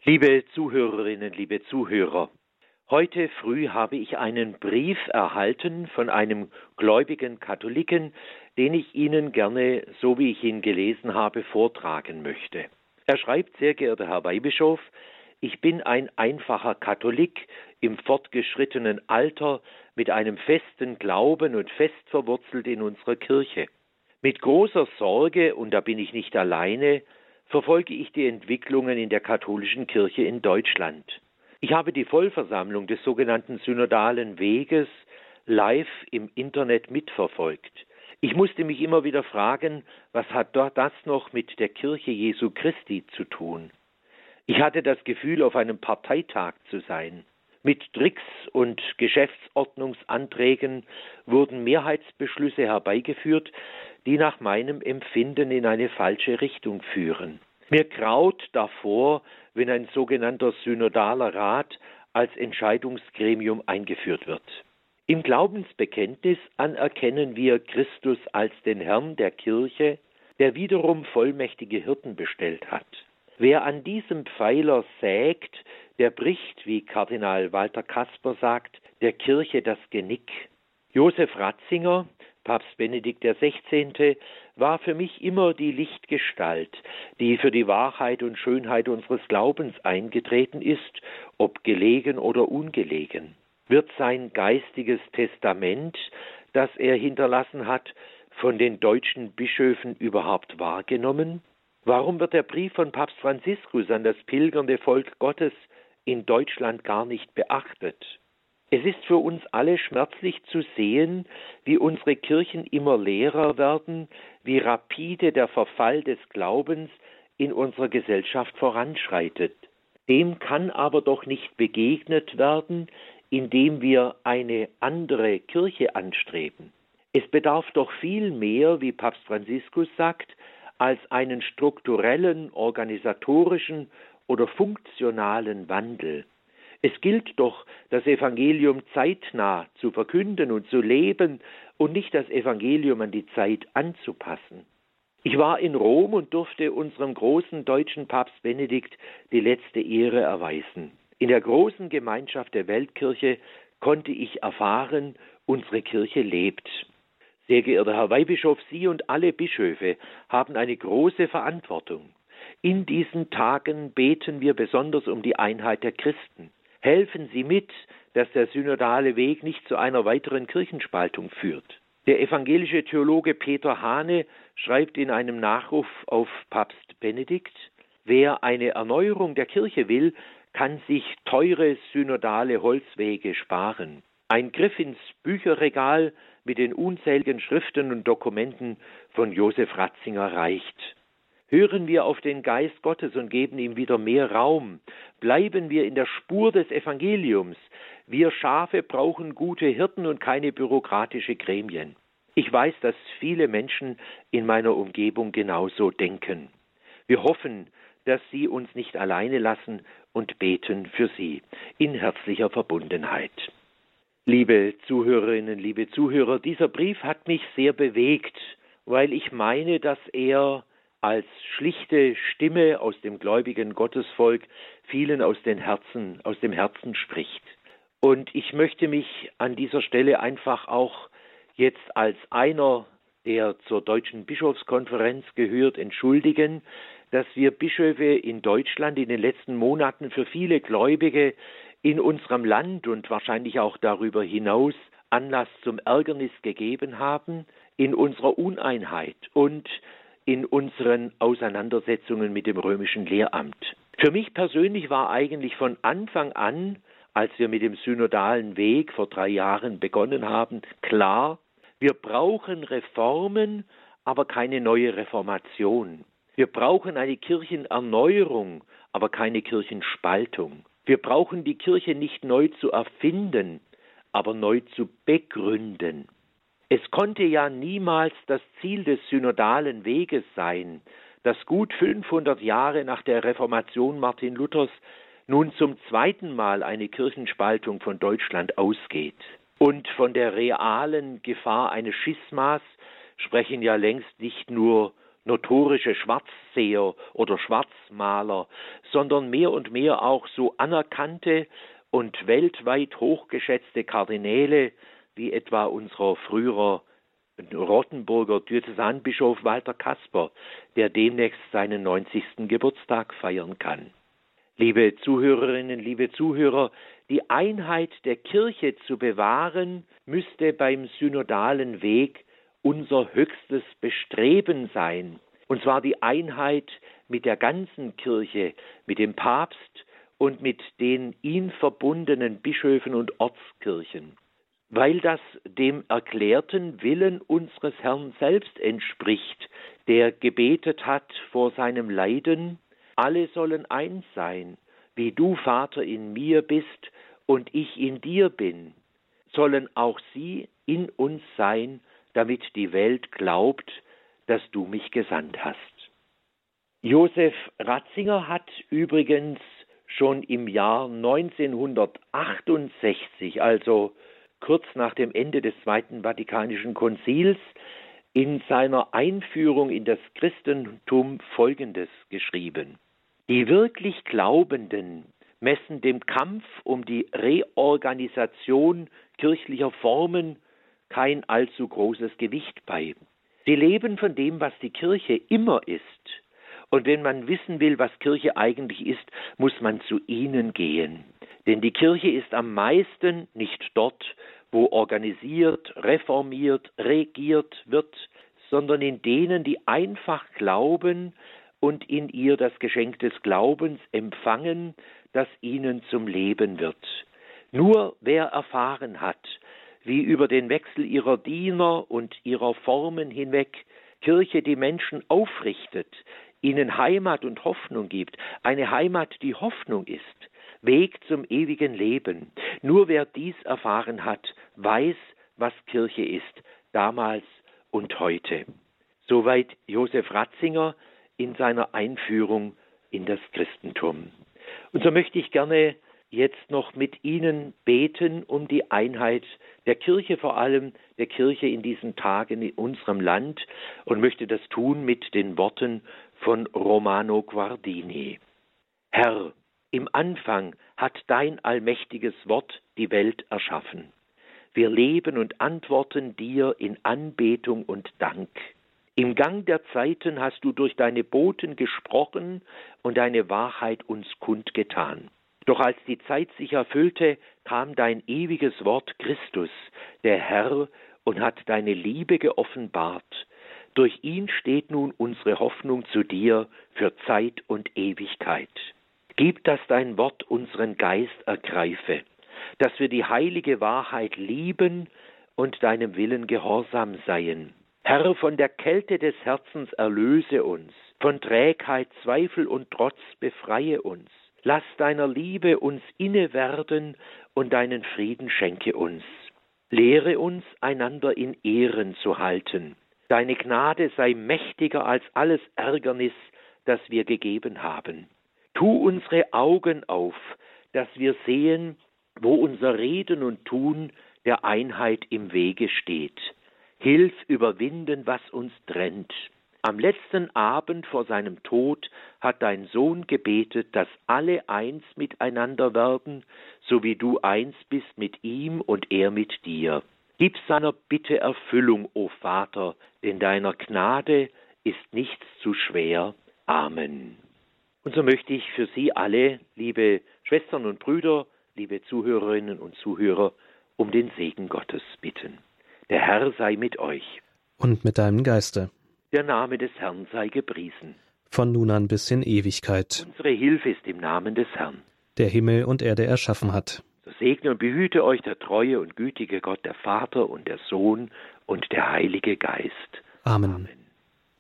Liebe Zuhörerinnen, liebe Zuhörer, heute früh habe ich einen Brief erhalten von einem gläubigen Katholiken, den ich Ihnen gerne, so wie ich ihn gelesen habe, vortragen möchte. Er schreibt: Sehr geehrter Herr Weihbischof, ich bin ein einfacher Katholik im fortgeschrittenen Alter mit einem festen Glauben und fest verwurzelt in unserer Kirche. Mit großer Sorge, und da bin ich nicht alleine, verfolge ich die Entwicklungen in der katholischen Kirche in Deutschland. Ich habe die Vollversammlung des sogenannten Synodalen Weges live im Internet mitverfolgt. Ich musste mich immer wieder fragen, was hat dort das noch mit der Kirche Jesu Christi zu tun? Ich hatte das Gefühl, auf einem Parteitag zu sein. Mit Tricks und Geschäftsordnungsanträgen wurden Mehrheitsbeschlüsse herbeigeführt, die nach meinem Empfinden in eine falsche Richtung führen. Mir graut davor, wenn ein sogenannter synodaler Rat als Entscheidungsgremium eingeführt wird. Im Glaubensbekenntnis anerkennen wir Christus als den Herrn der Kirche, der wiederum vollmächtige Hirten bestellt hat. Wer an diesem Pfeiler sägt, der bricht, wie Kardinal Walter Kasper sagt, der Kirche das Genick. Josef Ratzinger, Papst Benedikt XVI., war für mich immer die Lichtgestalt, die für die Wahrheit und Schönheit unseres Glaubens eingetreten ist, ob gelegen oder ungelegen. Wird sein geistiges Testament, das er hinterlassen hat, von den deutschen Bischöfen überhaupt wahrgenommen? Warum wird der Brief von Papst Franziskus an das pilgernde Volk Gottes in Deutschland gar nicht beachtet? Es ist für uns alle schmerzlich zu sehen, wie unsere Kirchen immer leerer werden, wie rapide der Verfall des Glaubens in unserer Gesellschaft voranschreitet. Dem kann aber doch nicht begegnet werden, indem wir eine andere Kirche anstreben. Es bedarf doch viel mehr, wie Papst Franziskus sagt, als einen strukturellen, organisatorischen oder funktionalen Wandel. Es gilt doch, das Evangelium zeitnah zu verkünden und zu leben und nicht das Evangelium an die Zeit anzupassen. Ich war in Rom und durfte unserem großen deutschen Papst Benedikt die letzte Ehre erweisen. In der großen Gemeinschaft der Weltkirche konnte ich erfahren, unsere Kirche lebt. Sehr geehrter Herr Weihbischof, Sie und alle Bischöfe haben eine große Verantwortung. In diesen Tagen beten wir besonders um die Einheit der Christen. Helfen Sie mit, dass der synodale Weg nicht zu einer weiteren Kirchenspaltung führt. Der evangelische Theologe Peter Hane schreibt in einem Nachruf auf Papst Benedikt: Wer eine Erneuerung der Kirche will, kann sich teure synodale Holzwege sparen. Ein Griff ins Bücherregal mit den unzähligen Schriften und Dokumenten von Josef Ratzinger reicht. Hören wir auf den Geist Gottes und geben ihm wieder mehr Raum. Bleiben wir in der Spur des Evangeliums. Wir Schafe brauchen gute Hirten und keine bürokratische Gremien. Ich weiß, dass viele Menschen in meiner Umgebung genauso denken. Wir hoffen, dass Sie uns nicht alleine lassen und beten für Sie in herzlicher Verbundenheit. Liebe Zuhörerinnen, liebe Zuhörer, dieser Brief hat mich sehr bewegt, weil ich meine, dass er als schlichte Stimme aus dem gläubigen Gottesvolk vielen aus dem Herzen spricht. Und ich möchte mich an dieser Stelle einfach auch jetzt als einer, der zur Deutschen Bischofskonferenz gehört, entschuldigen, dass wir Bischöfe in Deutschland in den letzten Monaten für viele Gläubige in unserem Land und wahrscheinlich auch darüber hinaus Anlass zum Ärgernis gegeben haben, in unserer Uneinheit und in unseren Auseinandersetzungen mit dem römischen Lehramt. Für mich persönlich war eigentlich von Anfang an, als wir mit dem synodalen Weg vor 3 Jahren begonnen haben, klar, wir brauchen Reformen, aber keine neue Reformation. Wir brauchen eine Kirchenerneuerung, aber keine Kirchenspaltung. Wir brauchen die Kirche nicht neu zu erfinden, aber neu zu begründen. Es konnte ja niemals das Ziel des synodalen Weges sein, dass gut 500 Jahre nach der Reformation Martin Luthers nun zum zweiten Mal eine Kirchenspaltung von Deutschland ausgeht. Und von der realen Gefahr eines Schismas sprechen ja längst nicht nur notorische Schwarzseher oder Schwarzmaler, sondern mehr und mehr auch so anerkannte und weltweit hochgeschätzte Kardinäle, wie etwa unser früherer Rottenburger Diözesanbischof Walter Kasper, der demnächst seinen 90. Geburtstag feiern kann. Liebe Zuhörerinnen, liebe Zuhörer, die Einheit der Kirche zu bewahren, müsste beim synodalen Weg unser höchstes Bestreben sein. Und zwar die Einheit mit der ganzen Kirche, mit dem Papst und mit den ihn verbundenen Bischöfen und Ortskirchen. Weil das dem erklärten Willen unseres Herrn selbst entspricht, der gebetet hat vor seinem Leiden: Alle sollen eins sein, wie du, Vater, in mir bist und ich in dir bin, sollen auch sie in uns sein, damit die Welt glaubt, dass du mich gesandt hast. Josef Ratzinger hat übrigens schon im Jahr 1968, also kurz nach dem Ende des Zweiten Vatikanischen Konzils, in seiner Einführung in das Christentum Folgendes geschrieben: Die wirklich Glaubenden messen dem Kampf um die Reorganisation kirchlicher Formen kein allzu großes Gewicht bei. Sie leben von dem, was die Kirche immer ist. Und wenn man wissen will, was Kirche eigentlich ist, muss man zu ihnen gehen. Denn die Kirche ist am meisten nicht dort, wo organisiert, reformiert, regiert wird, sondern in denen, die einfach glauben und in ihr das Geschenk des Glaubens empfangen, das ihnen zum Leben wird. Nur wer erfahren hat, wie über den Wechsel ihrer Diener und ihrer Formen hinweg Kirche die Menschen aufrichtet, ihnen Heimat und Hoffnung gibt, eine Heimat, die Hoffnung ist, Weg zum ewigen Leben. Nur wer dies erfahren hat, weiß, was Kirche ist, damals und heute. Soweit Josef Ratzinger in seiner Einführung in das Christentum. Und so möchte ich gerne jetzt noch mit Ihnen beten um die Einheit der Kirche, vor allem der Kirche in diesen Tagen in unserem Land, und möchte das tun mit den Worten von Romano Guardini. Herr, im Anfang hat dein allmächtiges Wort die Welt erschaffen. Wir leben und antworten dir in Anbetung und Dank. Im Gang der Zeiten hast du durch deine Boten gesprochen und deine Wahrheit uns kundgetan. Doch als die Zeit sich erfüllte, kam dein ewiges Wort Christus, der Herr, und hat deine Liebe geoffenbart. Durch ihn steht nun unsere Hoffnung zu dir für Zeit und Ewigkeit. Gib, dass dein Wort unseren Geist ergreife, dass wir die heilige Wahrheit lieben und deinem Willen gehorsam seien. Herr, von der Kälte des Herzens erlöse uns, von Trägheit, Zweifel und Trotz befreie uns. Lass deiner Liebe uns inne werden und deinen Frieden schenke uns. Lehre uns, einander in Ehren zu halten. Deine Gnade sei mächtiger als alles Ärgernis, das wir gegeben haben. Tu unsere Augen auf, dass wir sehen, wo unser Reden und Tun der Einheit im Wege steht. Hilf überwinden, was uns trennt. Am letzten Abend vor seinem Tod hat dein Sohn gebetet, dass alle eins miteinander werden, so wie du eins bist mit ihm und er mit dir. Gib seiner Bitte Erfüllung, o Vater, denn deiner Gnade ist nichts zu schwer. Amen. Und so möchte ich für Sie alle, liebe Schwestern und Brüder, liebe Zuhörerinnen und Zuhörer, um den Segen Gottes bitten. Der Herr sei mit euch. Und mit deinem Geiste. Der Name des Herrn sei gepriesen. Von nun an bis in Ewigkeit. Unsere Hilfe ist im Namen des Herrn, der Himmel und Erde erschaffen hat. So segne und behüte euch der treue und gütige Gott, der Vater und der Sohn und der Heilige Geist. Amen. Amen.